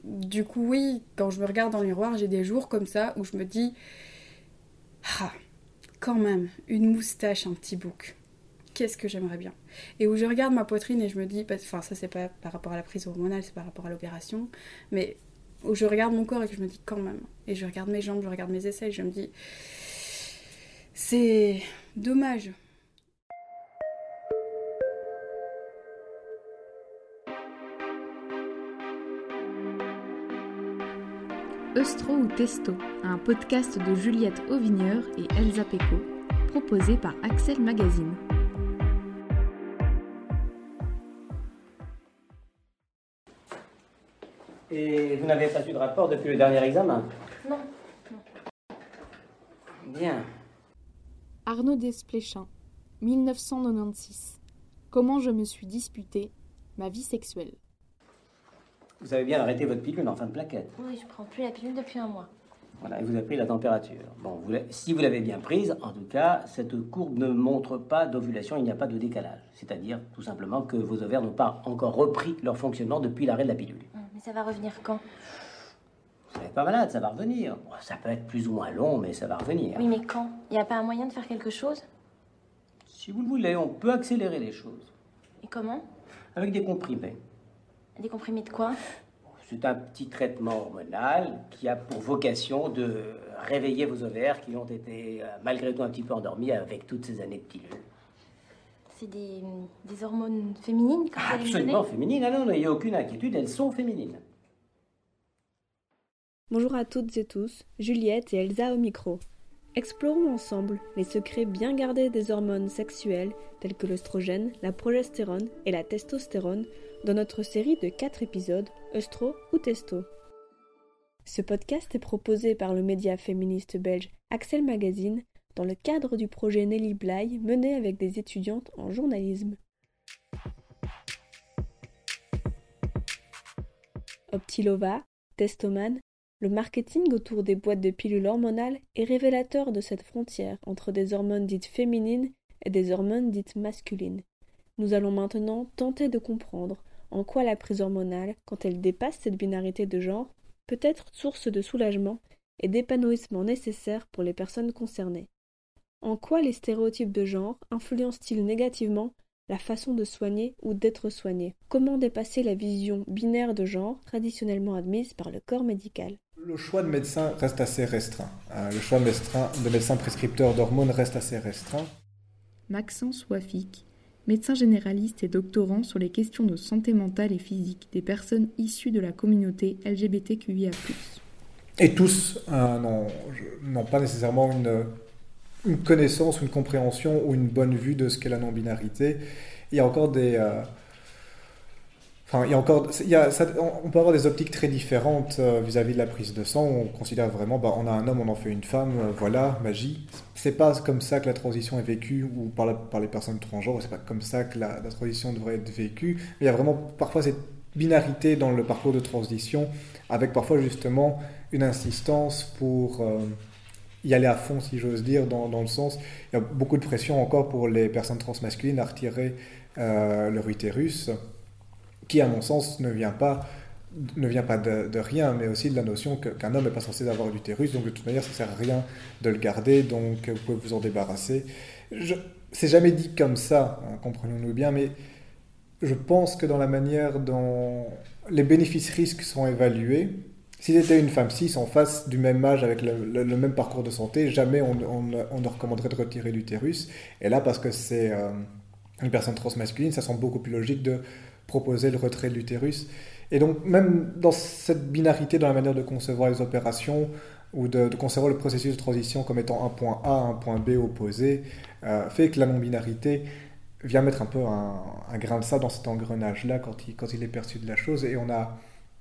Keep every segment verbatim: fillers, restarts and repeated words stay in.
du coup, oui, quand je me regarde dans le miroir, j'ai des jours comme ça où je me dis ah, quand même, une moustache, un petit bouc. Qu'est-ce que j'aimerais bien. Et où je regarde ma poitrine et je me dis, enfin ça c'est pas par rapport à la prise hormonale, c'est par rapport à l'opération, mais où je regarde mon corps et que je me dis quand même. Et je regarde mes jambes, je regarde mes aisselles et je me dis, c'est dommage. Eustro ou Testo, un podcast de Juliette Auvigneur et Elsa Péco, proposé par Axel Magazine. Et vous n'avez pas eu de rapport depuis le dernier examen ? Non. non. Bien. Arnaud Desplechin, dix-neuf cent quatre-vingt-seize. Comment je me suis disputé ma vie sexuelle. Vous avez bien arrêté votre pilule en fin de plaquette. Oui, je prends plus la pilule depuis un mois. Voilà, et vous avez pris la température. Bon, vous si vous l'avez bien prise, en tout cas, cette courbe ne montre pas d'ovulation, il n'y a pas de décalage. C'est-à-dire, tout simplement, que vos ovaires n'ont pas encore repris leur fonctionnement depuis l'arrêt de la pilule. Mais ça va revenir quand ? Vous n'êtes pas malade, ça va revenir. Bon, ça peut être plus ou moins long, mais ça va revenir. Oui, mais quand ? Il n'y a pas un moyen de faire quelque chose ? Si vous le voulez, on peut accélérer les choses. Et comment ? Avec des comprimés. Des comprimés de quoi ? C'est un petit traitement hormonal qui a pour vocation de réveiller vos ovaires qui ont été malgré tout un petit peu endormis avec toutes ces années de pilule. C'est des, des hormones féminines que vous allez me donner ? Absolument féminines, ah non, n'ayez aucune inquiétude, elles sont féminines. Bonjour à toutes et tous, Juliette et Elsa au micro. Explorons ensemble les secrets bien gardés des hormones sexuelles telles que l'œstrogène, la progestérone et la testostérone dans notre série de quatre épisodes Eustro ou Testo. Ce podcast est proposé par le média féministe belge Axel Magazine dans le cadre du projet Nelly Bly mené avec des étudiantes en journalisme. Optilova, Testoman, le marketing autour des boîtes de pilules hormonales est révélateur de cette frontière entre des hormones dites féminines et des hormones dites masculines. Nous allons maintenant tenter de comprendre en quoi la prise hormonale, quand elle dépasse cette binarité de genre, peut être source de soulagement et d'épanouissement nécessaire pour les personnes concernées. En quoi les stéréotypes de genre influencent-ils négativement la façon de soigner ou d'être soigné ? Comment dépasser la vision binaire de genre traditionnellement admise par le corps médical ? Le choix de médecin reste assez restreint. Le choix de médecin, de médecin prescripteur d'hormones reste assez restreint. Maxence Wafik, médecin généraliste et doctorant sur les questions de santé mentale et physique des personnes issues de la communauté L G B T Q I A plus. Et tous euh, n'ont, n'ont pas nécessairement une, une connaissance, une compréhension ou une bonne vue de ce qu'est la non-binarité. Il y a encore des... Euh, Enfin, il y a encore, il y a, ça, on peut avoir des optiques très différentes euh, vis-à-vis de la prise de sang. On considère vraiment, bah, on a un homme, on en fait une femme, euh, voilà, magie. C'est pas comme ça que la transition est vécue, ou par, la, par les personnes transgenres, c'est pas comme ça que la, la transition devrait être vécue. Mais il y a vraiment parfois cette binarité dans le parcours de transition, avec parfois justement une insistance pour euh, y aller à fond, si j'ose dire, dans, dans le sens, il y a beaucoup de pression encore pour les personnes transmasculines à retirer euh, leur utérus, qui, à mon sens, ne vient pas, ne vient pas de, de rien, mais aussi de la notion que, qu'un homme n'est pas censé avoir d'utérus, donc de toute manière, ça ne sert à rien de le garder, donc vous pouvez vous en débarrasser. Je, c'est jamais dit comme ça, hein, comprenons-nous bien, mais je pense que dans la manière dont les bénéfices-risques sont évalués, si c'était une femme cis en face du même âge avec le, le, le même parcours de santé, jamais on, on, on ne recommanderait de retirer l'utérus. Et là, parce que c'est euh, une personne transmasculine, ça semble beaucoup plus logique de proposer le retrait de l'utérus. Et donc, même dans cette binarité, dans la manière de concevoir les opérations, ou de, de concevoir le processus de transition comme étant un point A, un point B opposé, euh, fait que la non-binarité vient mettre un peu un, un grain de sable dans cet engrenage-là quand il, quand il est perçu de la chose. Et on a,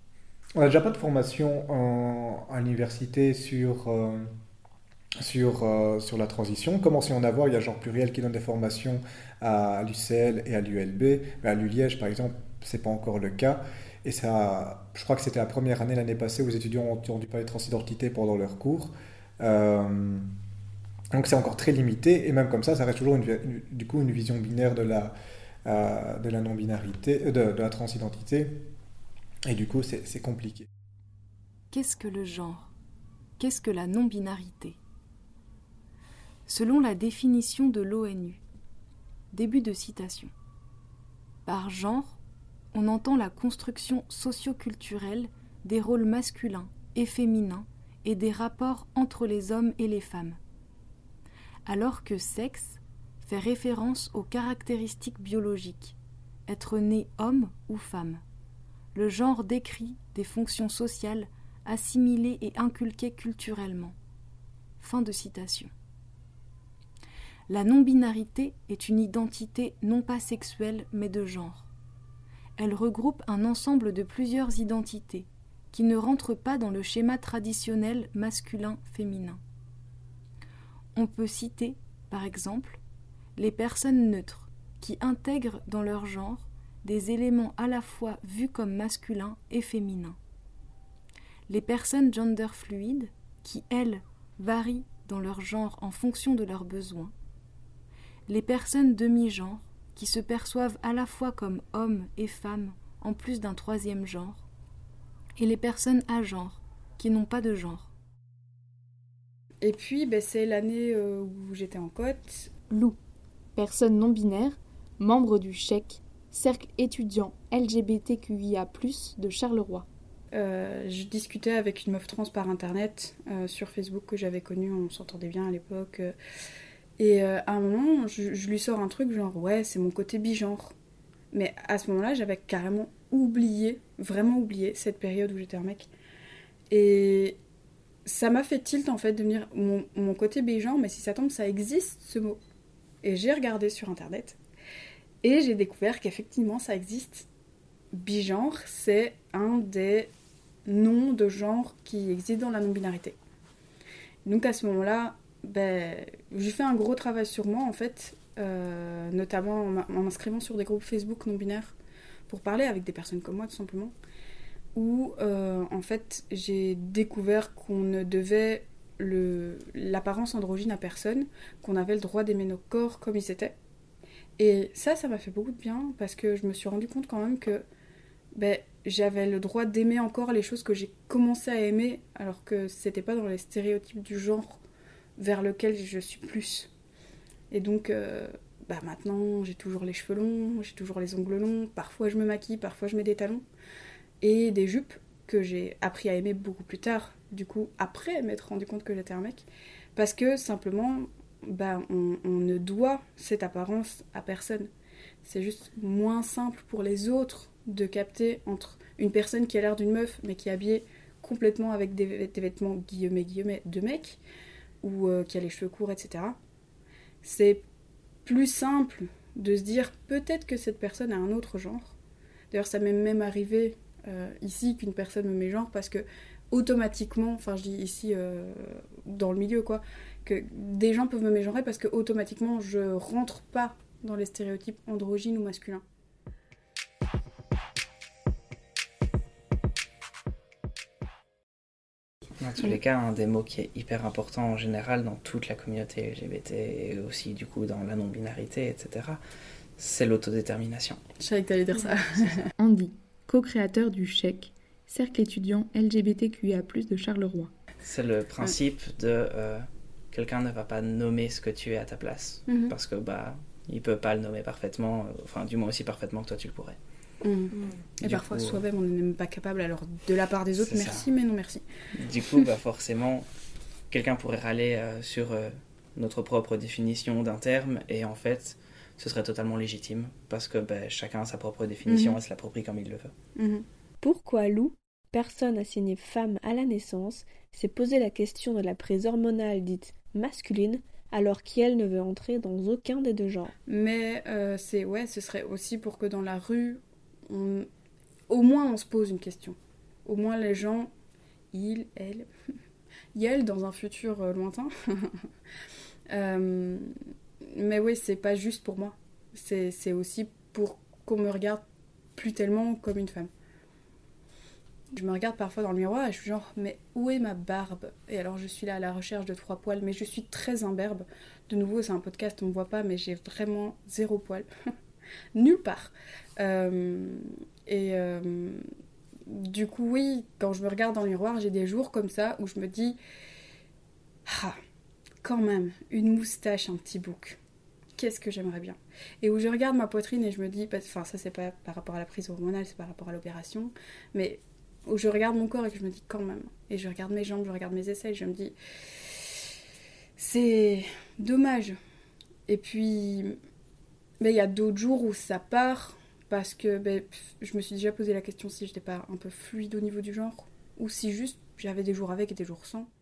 on a déjà pas de formation en, à l'université sur... Euh, Sur, euh, sur la transition. Commençons à en avoir, il y a Genre Pluriel qui donne des formations à l'U C L et à l'U L B, mais à l'U Liège par exemple, c'est pas encore le cas. Et ça, je crois que c'était la première année l'année passée où les étudiants ont entendu parler de transidentité pendant leurs cours. Euh, donc c'est encore très limité, et même comme ça, ça reste toujours une, une, du coup une vision binaire de la, euh, de la non-binarité, de, de la transidentité, et du coup c'est, c'est compliqué. qu'est-ce que le genre ? Qu'est-ce que la non-binarité ? Selon la définition de l'ONU, début de citation. Par genre, on entend la construction socio-culturelle des rôles masculins et féminins et des rapports entre les hommes et les femmes. Alors que sexe fait référence aux caractéristiques biologiques, être né homme ou femme. Le genre décrit des fonctions sociales assimilées et inculquées culturellement. Fin de citation. La non-binarité est une identité non pas sexuelle mais de genre. Elle regroupe un ensemble de plusieurs identités qui ne rentrent pas dans le schéma traditionnel masculin-féminin. On peut citer, par exemple, les personnes neutres qui intègrent dans leur genre des éléments à la fois vus comme masculins et féminins. Les personnes gender fluides qui, elles, varient dans leur genre en fonction de leurs besoins. Les personnes demi-genre qui se perçoivent à la fois comme hommes et femmes en plus d'un troisième genre. Et les personnes agenres qui n'ont pas de genre. Et puis, ben, c'est l'année euh, où j'étais en cote. Lou, personne non-binaire, membre du C H E C, Cercle étudiant L G B T Q I A plus, de Charleroi. Euh, je discutais avec une meuf trans par internet euh, sur Facebook que j'avais connue, on s'entendait bien à l'époque. Euh, et euh, à un moment, je, je lui sors un truc genre, ouais, c'est mon côté bigenre. Mais à ce moment-là, j'avais carrément oublié, vraiment oublié, cette période où j'étais un mec. Et ça m'a fait tilt, en fait, de me dire, mon, mon côté bigenre, mais si ça tombe, ça existe, ce mot. Et j'ai regardé sur internet, et j'ai découvert qu'effectivement, ça existe. Bigenre, c'est un des noms de genre qui existent dans la non-binarité. Donc à ce moment-là, ben, j'ai fait un gros travail sur moi, en fait, euh, notamment en m'inscrivant sur des groupes Facebook non-binaires pour parler avec des personnes comme moi, tout simplement, où, euh, en fait, j'ai découvert qu'on ne devait le, l'apparence androgyne à personne, qu'on avait le droit d'aimer nos corps comme ils étaient. Et ça, ça m'a fait beaucoup de bien, parce que je me suis rendu compte quand même que ben, j'avais le droit d'aimer encore les choses que j'ai commencé à aimer, alors que c'était pas dans les stéréotypes du genre vers lequel je suis plus. Et donc, euh, bah maintenant, j'ai toujours les cheveux longs, j'ai toujours les ongles longs, parfois je me maquille, parfois je mets des talons, et des jupes que j'ai appris à aimer beaucoup plus tard, du coup, après m'être rendu compte que j'étais un mec, parce que simplement, bah, on, on ne doit cette apparence à personne. C'est juste moins simple pour les autres de capter entre une personne qui a l'air d'une meuf, mais qui est habillée complètement avec des, des vêtements guillemets, guillemets, de mec, ou euh, qui a les cheveux courts, et cetera. C'est plus simple de se dire peut-être que cette personne a un autre genre. D'ailleurs, ça m'est même arrivé euh, ici qu'une personne me mégenre parce que automatiquement, enfin je dis ici euh, dans le milieu quoi, que des gens peuvent me mégenrer parce que automatiquement je rentre pas dans les stéréotypes androgynes ou masculins. Dans tous les cas, un des mots qui est hyper important en général dans toute la communauté L G B T et aussi du coup dans la non-binarité, et cetera, c'est l'autodétermination. Je savais que t'allais dire ça. Andy, co-créateur du C H E C, Cercle étudiant L G B T Q I A plus, de Charleroi. C'est le principe de euh, quelqu'un ne va pas nommer ce que tu es à ta place, mm-hmm. parce que bah il peut pas le nommer parfaitement, euh, enfin du moins aussi parfaitement que toi tu le pourrais. Mmh. Et du parfois coup, soi-même on n'est même pas capable, alors de la part des autres merci ça. Mais non merci. Du coup bah forcément quelqu'un pourrait râler euh, sur euh, notre propre définition d'un terme et en fait ce serait totalement légitime parce que bah, chacun a sa propre définition, mmh. et se l'approprie comme il le veut. Mmh. Pourquoi Lou, personne assignée femme à la naissance, s'est posé la question de la prise hormonale dite masculine alors qu'elle ne veut entrer dans aucun des deux genres? Mais euh, c'est ouais, ce serait aussi pour que dans la rue On, au moins on se pose une question. Au moins les gens, ils, elles, ils, dans un futur euh, lointain. euh, mais oui, c'est pas juste pour moi. C'est, c'est aussi pour qu'on me regarde plus tellement comme une femme. Je me regarde parfois dans le miroir et je suis genre, mais où est ma barbe? Et alors je suis là à la recherche de trois poils, mais je suis très imberbe. De nouveau, c'est un podcast, on me voit pas, mais j'ai vraiment zéro poil. Nulle part. Euh, et euh, du coup, oui, quand je me regarde dans le miroir, j'ai des jours comme ça où je me dis ah, quand même, une moustache, un petit bouc. Qu'est-ce que j'aimerais bien. Et où je regarde ma poitrine et je me dis, enfin ça c'est pas par rapport à la prise hormonale, c'est par rapport à l'opération, mais où je regarde mon corps et que je me dis quand même, et je regarde mes jambes, je regarde mes aisselles, je me dis, c'est dommage. Et puis, mais il y a d'autres jours où ça part, parce que ben, je me suis déjà posé la question si j'étais pas un peu fluide au niveau du genre, ou si juste j'avais des jours avec et des jours sans.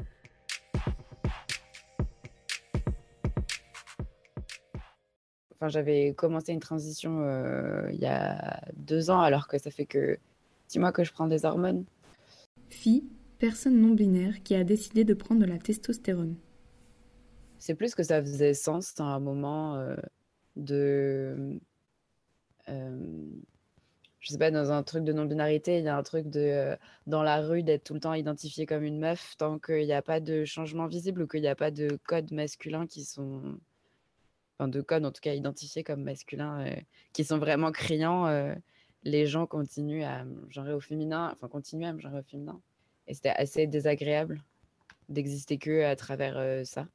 Enfin, j'avais commencé une transition euh, il y a deux ans, alors que ça fait que six mois que je prends des hormones. Fille, personne non binaire qui a décidé de prendre de la testostérone. C'est plus que ça faisait sens à un moment euh, de... Euh, je sais pas, dans un truc de non-binarité, il y a un truc de euh, dans la rue d'être tout le temps identifié comme une meuf tant qu'il n'y a pas de changement visible ou qu'il n'y a pas de codes masculins qui sont... Enfin, de codes en tout cas identifiés comme masculins, euh, qui sont vraiment criants, euh, les gens continuent à me genrer au féminin, enfin continuent à me genrer au féminin. Et c'était assez désagréable d'exister que à travers euh, ça.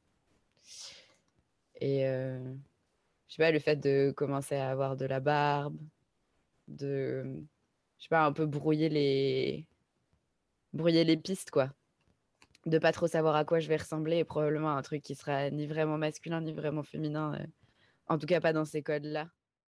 Et euh, je sais pas, le fait de commencer à avoir de la barbe, de, je sais pas, un peu brouiller les, brouiller les pistes, quoi. De pas trop savoir à quoi je vais ressembler et probablement un truc qui sera ni vraiment masculin ni vraiment féminin. Euh, en tout cas, pas dans ces codes-là.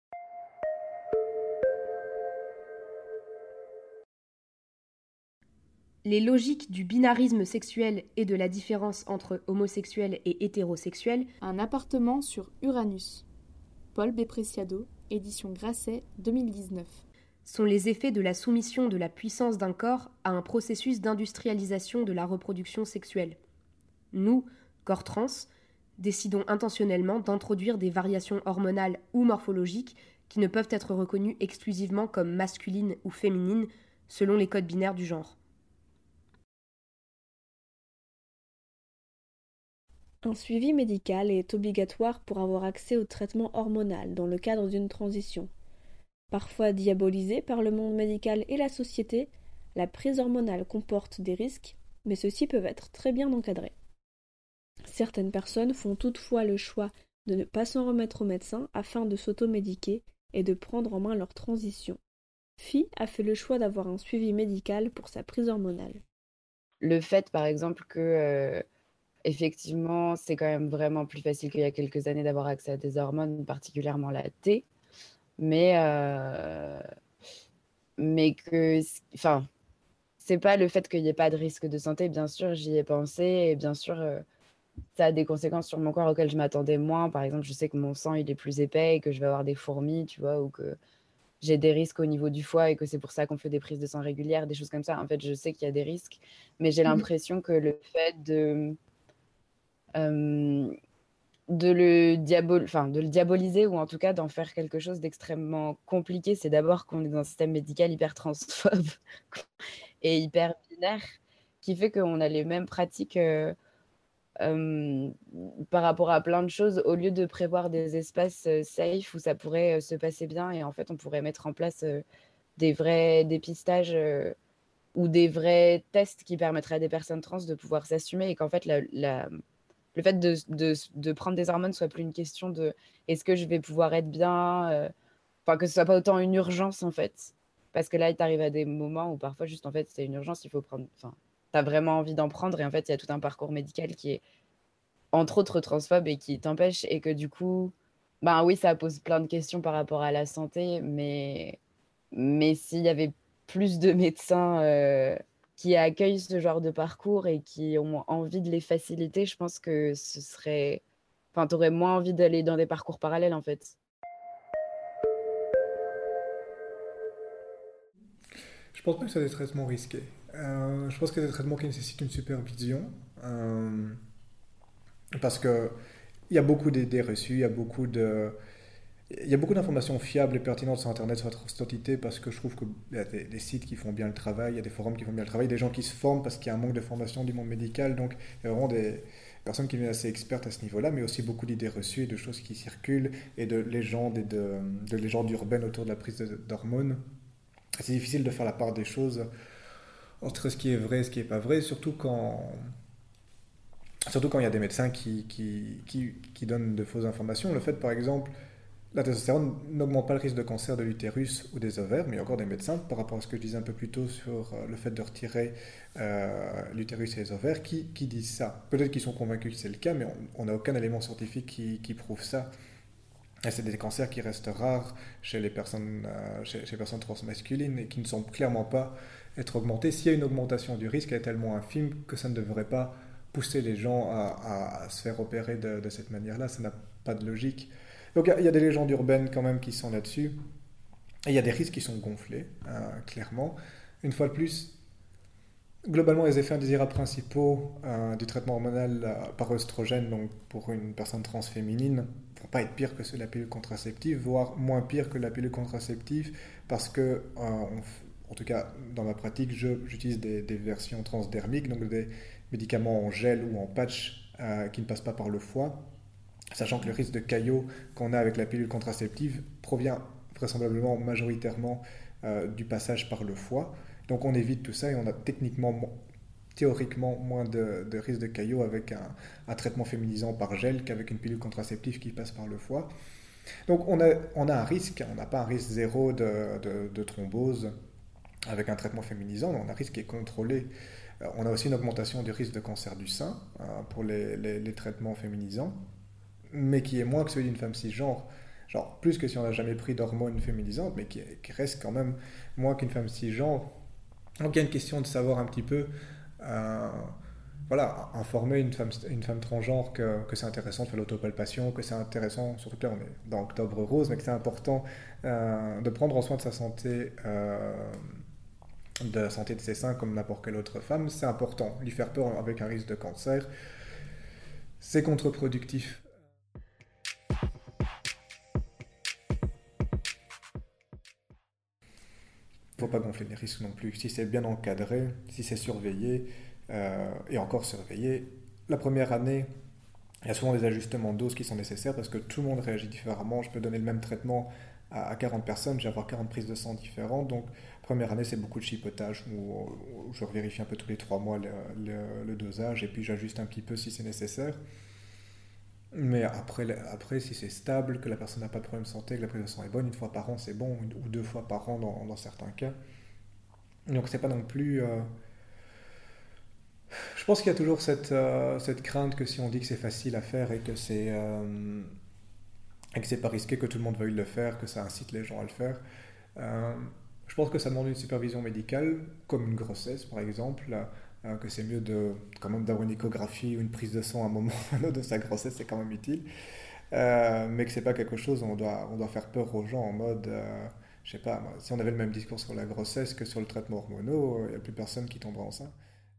Les logiques du binarisme sexuel et de la différence entre homosexuel et hétérosexuel. Un appartement sur Uranus. Paul Bepreciado, édition Grasset, deux mille dix-neuf. Sont les effets de la soumission de la puissance d'un corps à un processus d'industrialisation de la reproduction sexuelle. Nous, corps trans, décidons intentionnellement d'introduire des variations hormonales ou morphologiques qui ne peuvent être reconnues exclusivement comme masculines ou féminines selon les codes binaires du genre. Un suivi médical est obligatoire pour avoir accès au traitement hormonal dans le cadre d'une transition. Parfois diabolisée par le monde médical et la société, la prise hormonale comporte des risques, mais ceux-ci peuvent être très bien encadrés. Certaines personnes font toutefois le choix de ne pas s'en remettre au médecin afin de s'automédiquer et de prendre en main leur transition. Phi a fait le choix d'avoir un suivi médical pour sa prise hormonale. Le fait, par exemple, que euh, effectivement, c'est quand même vraiment plus facile qu'il y a quelques années d'avoir accès à des hormones, particulièrement la T, mais euh, mais que, enfin, c'est pas le fait qu'il n'y ait pas de risque de santé. Bien sûr, j'y ai pensé et bien sûr, euh, ça a des conséquences sur mon corps auxquelles je m'attendais moins. Par exemple, je sais que mon sang il est plus épais et que je vais avoir des fourmis, tu vois, ou que j'ai des risques au niveau du foie et que c'est pour ça qu'on fait des prises de sang régulières, des choses comme ça. En fait, je sais qu'il y a des risques, mais j'ai l'impression que le fait de euh, de le diabol... enfin, de le diaboliser ou en tout cas d'en faire quelque chose d'extrêmement compliqué, c'est d'abord qu'on est dans un système médical hyper transphobe et hyper binaire, qui fait qu'on a les mêmes pratiques euh, euh, par rapport à plein de choses, au lieu de prévoir des espaces euh, safe où ça pourrait euh, se passer bien, et en fait on pourrait mettre en place euh, des vrais dépistages euh, ou des vrais tests qui permettraient à des personnes trans de pouvoir s'assumer, et qu'en fait la, la, le fait de, de, de prendre des hormones soit plus une question de est-ce que je vais pouvoir être bien, euh, enfin que ce soit pas autant une urgence en fait, parce que là il t'arrive à des moments où parfois juste en fait c'est une urgence, il faut prendre, enfin t'as vraiment envie d'en prendre, et en fait il y a tout un parcours médical qui est entre autres transphobe et qui t'empêche, et que du coup ben oui ça pose plein de questions par rapport à la santé, mais mais s'il y avait plus de médecins euh, qui accueillent ce genre de parcours et qui ont envie de les faciliter, je pense que ce serait... Enfin, t'aurais moins envie d'aller dans des parcours parallèles, en fait. Je pense pas que ce soit des traitements risqués. Euh, je pense que c'est des traitements qui nécessitent une supervision. Euh, parce que il y a beaucoup d'idées reçues, il y a beaucoup de... Il y a beaucoup d'informations fiables et pertinentes sur Internet sur la transidentité, parce que je trouve qu'il y a des, des sites qui font bien le travail, il y a des forums qui font bien le travail, des gens qui se forment parce qu'il y a un manque de formation du monde médical, donc il y a vraiment des personnes qui viennent assez expertes à ce niveau-là, mais aussi beaucoup d'idées reçues et de choses qui circulent et de légendes et de, de légendes urbaines autour de la prise de, d'hormones. c'est difficile de faire la part des choses entre ce qui est vrai et ce qui n'est pas vrai, surtout quand, surtout quand il y a des médecins qui, qui, qui, qui donnent de fausses informations. Le fait, par exemple, la testostérone n'augmente pas le risque de cancer de l'utérus ou des ovaires, mais il y a encore des médecins, par rapport à ce que je disais un peu plus tôt sur le fait de retirer euh, l'utérus et les ovaires, qui, qui disent ça. Peut-être qu'ils sont convaincus que c'est le cas, mais on n'a aucun élément scientifique qui, qui prouve ça. Et c'est des cancers qui restent rares chez les personnes, euh, chez, chez les personnes transmasculines et qui ne semblent clairement pas être augmentés. S'il y a une augmentation du risque, elle est tellement infime que ça ne devrait pas pousser les gens à, à, à se faire opérer de, de cette manière-là. Ça n'a pas de logique. Donc il y a des légendes urbaines quand même qui sont là-dessus. Et il y a des risques qui sont gonflés, hein, clairement. Une fois de plus, globalement, les effets indésirables principaux euh, du traitement hormonal euh, par œstrogène, donc pour une personne transféminine, ne vont pas être pires que ceux de la pilule contraceptive, voire moins pires que la pilule contraceptive, parce que, euh, on, en tout cas dans ma pratique, je, j'utilise des, des versions transdermiques, donc des médicaments en gel ou en patch euh, qui ne passent pas par le foie, sachant que le risque de caillot qu'on a avec la pilule contraceptive provient vraisemblablement majoritairement euh, du passage par le foie. Donc on évite tout ça et on a techniquement, théoriquement, moins de, de risque de caillot avec un, un traitement féminisant par gel qu'avec une pilule contraceptive qui passe par le foie. Donc on a, on a un risque, on n'a pas un risque zéro de, de, de thrombose avec un traitement féminisant, on a un risque qui est contrôlé. On a aussi une augmentation du risque de cancer du sein hein, pour les, les, les traitements féminisants, mais qui est moins que celui d'une femme cisgenre. Genre plus que si on n'a jamais pris d'hormones féminisantes, mais qui, qui reste quand même moins qu'une femme cisgenre. Donc il y a une question de savoir un petit peu, euh, voilà, informer une femme, une femme transgenre que, que c'est intéressant de faire l'autopalpation, que c'est intéressant, surtout que là on est dans Octobre Rose, mais que c'est important euh, de prendre en soin de sa santé, euh, de la santé de ses seins comme n'importe quelle autre femme. C'est important. Lui faire peur avec un risque de cancer, c'est contre-productif. Il ne faut pas gonfler les risques non plus. Si c'est bien encadré, si c'est surveillé, euh, et encore surveillé, la première année, il y a souvent des ajustements de doses qui sont nécessaires parce que tout le monde réagit différemment. Je peux donner le même traitement à, à quarante personnes, je vais avoir quarante prises de sang différentes. Donc, première année, c'est beaucoup de chipotage où, où je vérifie un peu tous les trois mois le, le, le dosage et puis j'ajuste un petit peu si c'est nécessaire. Mais après, après, si c'est stable, que la personne n'a pas de problème de santé, que la prise de sang est bonne, une fois par an c'est bon, une, ou deux fois par an dans, dans certains cas. Donc c'est pas non plus... Euh... Je pense qu'il y a toujours cette, euh, cette crainte que si on dit que c'est facile à faire et que c'est, euh, et que c'est pas risqué, que tout le monde veuille le faire, que ça incite les gens à le faire. Euh, je pense que ça demande une supervision médicale, comme une grossesse par exemple, Euh, que c'est mieux de, quand même d'avoir une échographie ou une prise de sang à un moment ou à un autre de sa grossesse, c'est quand même utile. Euh, mais que c'est pas quelque chose où on doit, on doit faire peur aux gens en mode, euh, je sais pas, si on avait le même discours sur la grossesse que sur le traitement hormonaux, il n'y a plus personne qui tombera enceinte.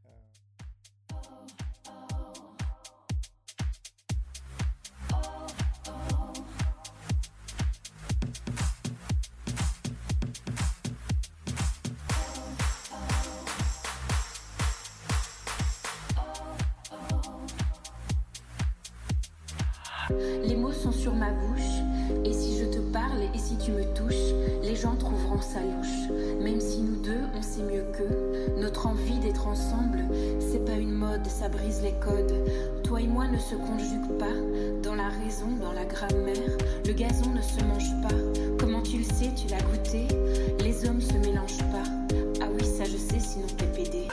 Les mots sont sur ma bouche, et si je te parle et si tu me touches, les gens trouveront ça louche. Même si nous deux, on sait mieux qu'eux, notre envie d'être ensemble, c'est pas une mode, ça brise les codes. Toi et moi ne se conjuguent pas, dans la raison, dans la grammaire, le gazon ne se mange pas. Comment tu le sais, tu l'as goûté, les hommes se mélangent pas. Ah oui, ça je sais, sinon t'es pédé.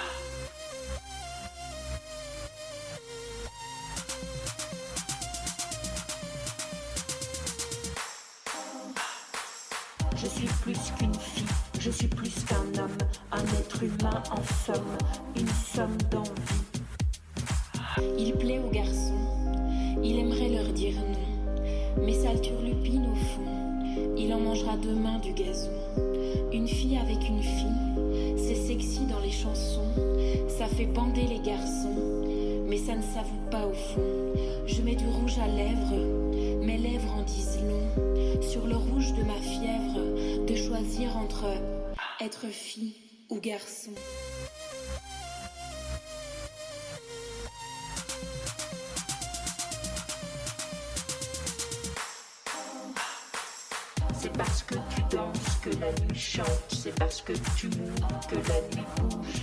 Je suis plus qu'une fille, je suis plus qu'un homme, un être humain en somme, une somme d'envie. Il plaît aux garçons, il aimerait leur dire non, mais ça le turlupine au fond, il en mangera demain du gazon. Une fille avec une fille, c'est sexy dans les chansons, ça fait bander les garçons, mais ça ne s'avoue pas au fond. Je mets du rouge à lèvres, mes lèvres en disent long, sur le rouge de ma fièvre, de choisir entre être fille ou garçon. C'est parce que tu danse, que la nuit chante, c'est parce que tu mours que la nuit bouge.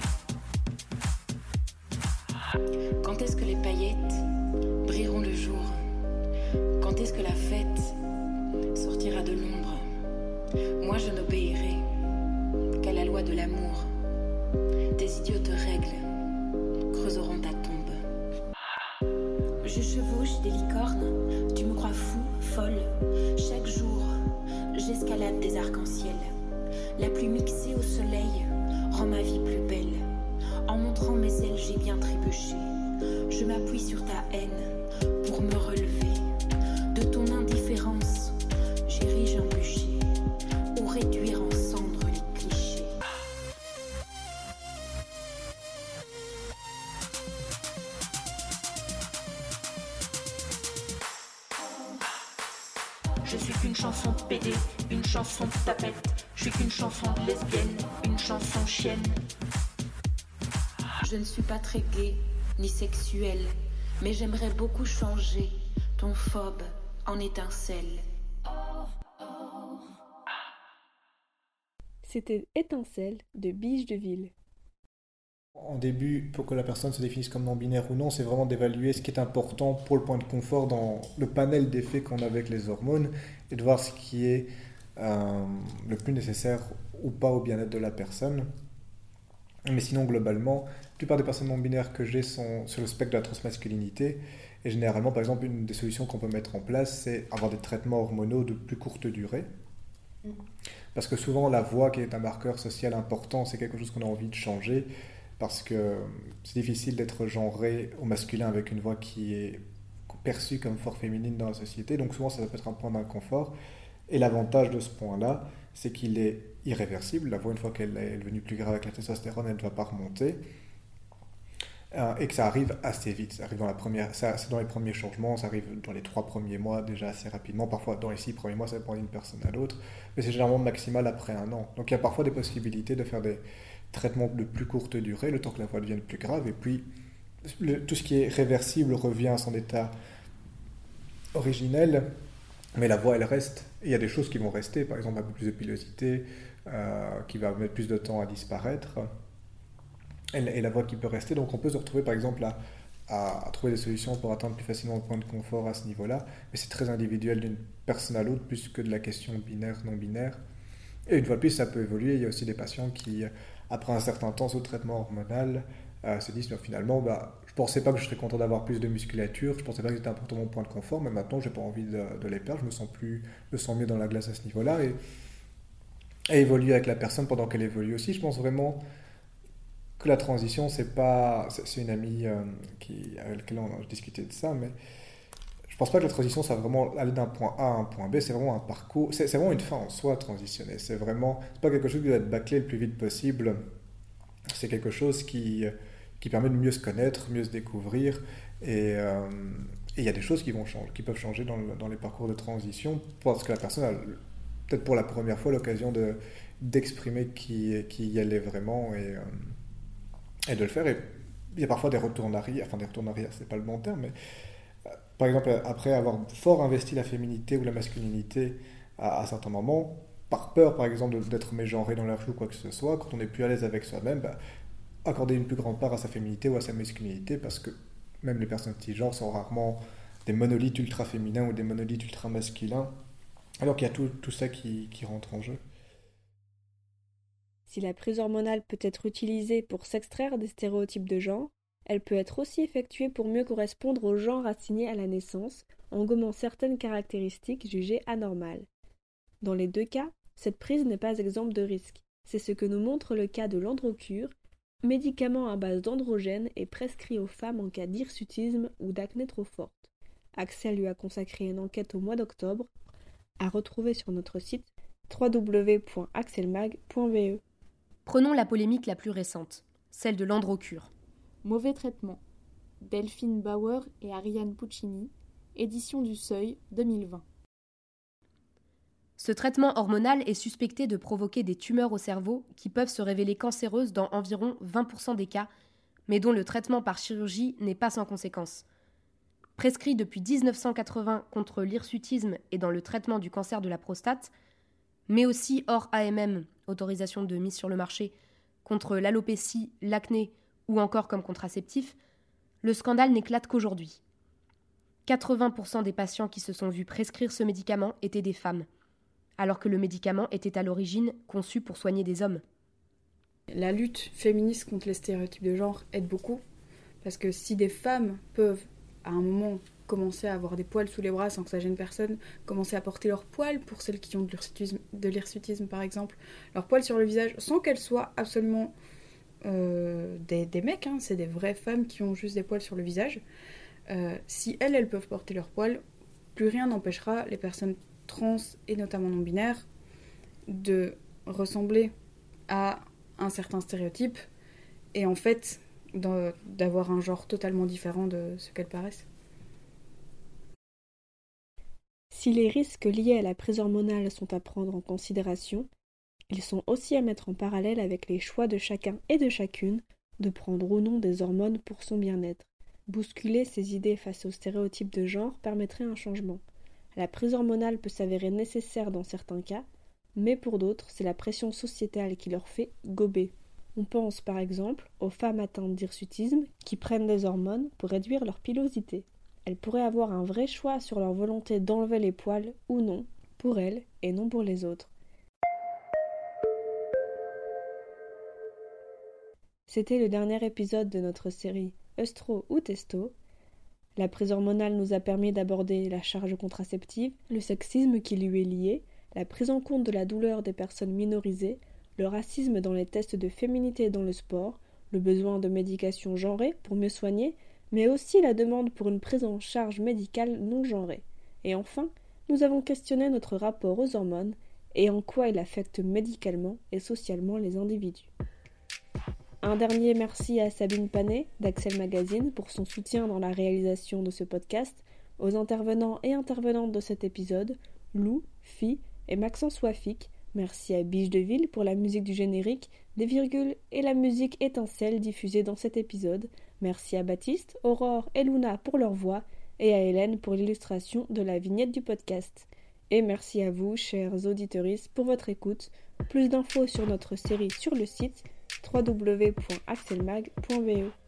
Quand est-ce que les paillettes brilleront le jour? Quand est-ce que la fête sortira de l'ombre? Moi je n'obéirai qu'à la loi de l'amour. Tes idiotes règles creuseront ta tombe. Je chevauche des licornes, tu me crois fou, folle. Chaque jour, j'escalade des arcs-en-ciel. La pluie mixée au soleil rend ma vie plus belle. En montrant mes ailes, j'ai bien trébuché. Je m'appuie sur ta haine pour me relever. De ton indifférence, j'érige un bûcher ou réduire en cendres les clichés. Je suis qu'une chanson pédée, une chanson tapette. Je suis qu'une chanson lesbienne, une chanson chienne. Je ne suis pas très gaie ni sexuelle, mais j'aimerais beaucoup changer ton phobe en étincelle. C'était Étincelle de Biche de Ville. En début, pour que la personne se définisse comme non-binaire ou non, c'est vraiment d'évaluer ce qui est important pour le point de confort dans le panel d'effets qu'on a avec les hormones et de voir ce qui est euh, le plus nécessaire ou pas au bien-être de la personne. Mais sinon, globalement, la plupart des personnes non-binaires que j'ai sont sur le spectre de la transmasculinité. Et généralement, par exemple, une des solutions qu'on peut mettre en place, c'est avoir des traitements hormonaux de plus courte durée. Mmh. Parce que souvent, la voix, qui est un marqueur social important, c'est quelque chose qu'on a envie de changer. Parce que c'est difficile d'être genré au masculin avec une voix qui est perçue comme fort féminine dans la société. Donc souvent, ça peut être un point d'inconfort. Et l'avantage de ce point-là, c'est qu'il est irréversible. La voix, une fois qu'elle est devenue plus grave avec la testostérone, elle ne va pas remonter. Euh, et que ça arrive assez vite. Ça arrive dans la première, ça, c'est dans les premiers changements, ça arrive dans les trois premiers mois déjà assez rapidement. Parfois, dans les six premiers mois, ça dépend d'une personne à l'autre. Mais c'est généralement maximal après un an. Donc il y a parfois des possibilités de faire des traitements de plus courte durée, le temps que la voix devienne plus grave. Et puis, le, tout ce qui est réversible revient à son état originel. Mais la voix, elle reste. Et il y a des choses qui vont rester, par exemple un peu plus de pilosité, euh, qui va mettre plus de temps à disparaître, et, et la voix qui peut rester. Donc on peut se retrouver, par exemple, à, à, à trouver des solutions pour atteindre plus facilement le point de confort à ce niveau-là. Mais c'est très individuel d'une personne à l'autre, plus que de la question binaire, non-binaire. Et une fois de plus, ça peut évoluer. Il y a aussi des patients qui, après un certain temps sous traitement hormonal, euh, se disent, mais finalement, bah, je ne pensais pas que je serais content d'avoir plus de musculature, je ne pensais pas que c'était important mon point de confort, mais maintenant, je n'ai pas envie de, de les perdre, je me sens, plus, je me sens mieux dans la glace à ce niveau-là. Et, et évoluer avec la personne pendant qu'elle évolue aussi. Je pense vraiment que la transition, c'est pas... C'est, c'est une amie euh, qui, avec laquelle on a discuté de ça, mais je ne pense pas que la transition, ça va vraiment aller d'un point A à un point B, c'est vraiment un parcours, c'est, c'est vraiment une fin en soi, transitionner. C'est vraiment... C'est pas quelque chose qui doit être bâclé le plus vite possible. C'est quelque chose qui... qui permet de mieux se connaître, mieux se découvrir, et euh, il y a des choses qui, vont changer, qui peuvent changer dans, le, dans les parcours de transition, parce que la personne a peut-être pour la première fois l'occasion de, d'exprimer qui, qui y allait vraiment, et, euh, et de le faire. Et il y a parfois des retours en arrière, enfin des retours en arrière, c'est pas le bon terme, mais euh, par exemple, après avoir fort investi la féminité ou la masculinité à, à certains moments, par peur, par exemple, d'être mégenré dans la rue ou quoi que ce soit, quand on n'est plus à l'aise avec soi-même, bah, accorder une plus grande part à sa féminité ou à sa masculinité, parce que même les personnes cisgenres sont rarement des monolithes ultra féminins ou des monolithes ultra masculins, alors qu'il y a tout, tout ça qui, qui rentre en jeu. Si la prise hormonale peut être utilisée pour s'extraire des stéréotypes de genre, elle peut être aussi effectuée pour mieux correspondre au genre assigné à la naissance, en gommant certaines caractéristiques jugées anormales. Dans les deux cas, cette prise n'est pas exempte de risque. C'est ce que nous montre le cas de l'androcure, médicament à base d'androgène est prescrit aux femmes en cas d'hirsutisme ou d'acné trop forte. Axel lui a consacré une enquête au mois d'octobre, à retrouver sur notre site w w w point axelmag point v e. Prenons la polémique la plus récente, celle de l'androcure. Mauvais traitement. Delphine Bauer et Ariane Puccini, édition du Seuil, deux mille vingt. Ce traitement hormonal est suspecté de provoquer des tumeurs au cerveau qui peuvent se révéler cancéreuses dans environ vingt pour cent des cas, mais dont le traitement par chirurgie n'est pas sans conséquences. Prescrit depuis dix-neuf cent quatre-vingts contre l'hirsutisme et dans le traitement du cancer de la prostate, mais aussi hors A M M, autorisation de mise sur le marché, contre l'alopécie, l'acné ou encore comme contraceptif, le scandale n'éclate qu'aujourd'hui. quatre-vingts pour cent des patients qui se sont vus prescrire ce médicament étaient des femmes, alors que le médicament était à l'origine conçu pour soigner des hommes. La lutte féministe contre les stéréotypes de genre aide beaucoup, parce que si des femmes peuvent, à un moment, commencer à avoir des poils sous les bras sans que ça gêne personne, commencer à porter leurs poils, pour celles qui ont de l'hirsutisme, de l'hirsutisme par exemple, leurs poils sur le visage, sans qu'elles soient absolument euh, des, des mecs, hein, c'est des vraies femmes qui ont juste des poils sur le visage. Euh, si elles, elles peuvent porter leurs poils, plus rien n'empêchera les personnes trans et notamment non-binaires de ressembler à un certain stéréotype et en fait d'avoir un genre totalement différent de ce qu'elles paraissent. Si les risques liés à la prise hormonale sont à prendre en considération, ils sont aussi à mettre en parallèle avec les choix de chacun et de chacune de prendre ou non des hormones pour son bien-être. Bousculer ces idées face aux stéréotypes de genre permettrait un changement. La prise hormonale peut s'avérer nécessaire dans certains cas, mais pour d'autres, c'est la pression sociétale qui leur fait gober. On pense par exemple aux femmes atteintes d'hirsutisme qui prennent des hormones pour réduire leur pilosité. Elles pourraient avoir un vrai choix sur leur volonté d'enlever les poils ou non, pour elles et non pour les autres. C'était le dernier épisode de notre série Œstro ou Testo. La prise hormonale nous a permis d'aborder la charge contraceptive, le sexisme qui lui est lié, la prise en compte de la douleur des personnes minorisées, le racisme dans les tests de féminité dans le sport, le besoin de médication genrée pour mieux soigner, mais aussi la demande pour une prise en charge médicale non genrée. Et enfin, nous avons questionné notre rapport aux hormones et en quoi il affecte médicalement et socialement les individus. Un dernier merci à Sabine Panet d'Axel Magazine pour son soutien dans la réalisation de ce podcast, aux intervenants et intervenantes de cet épisode, Lou, Phi et Maxence Wafik. Merci à Biche de Ville pour la musique du générique, des virgules et la musique étincelle diffusée dans cet épisode. Merci à Baptiste, Aurore et Luna pour leur voix et à Hélène pour l'illustration de la vignette du podcast. Et merci à vous, chers auditeuristes, pour votre écoute. Plus d'infos sur notre série sur le site w w w point axelmag point b e.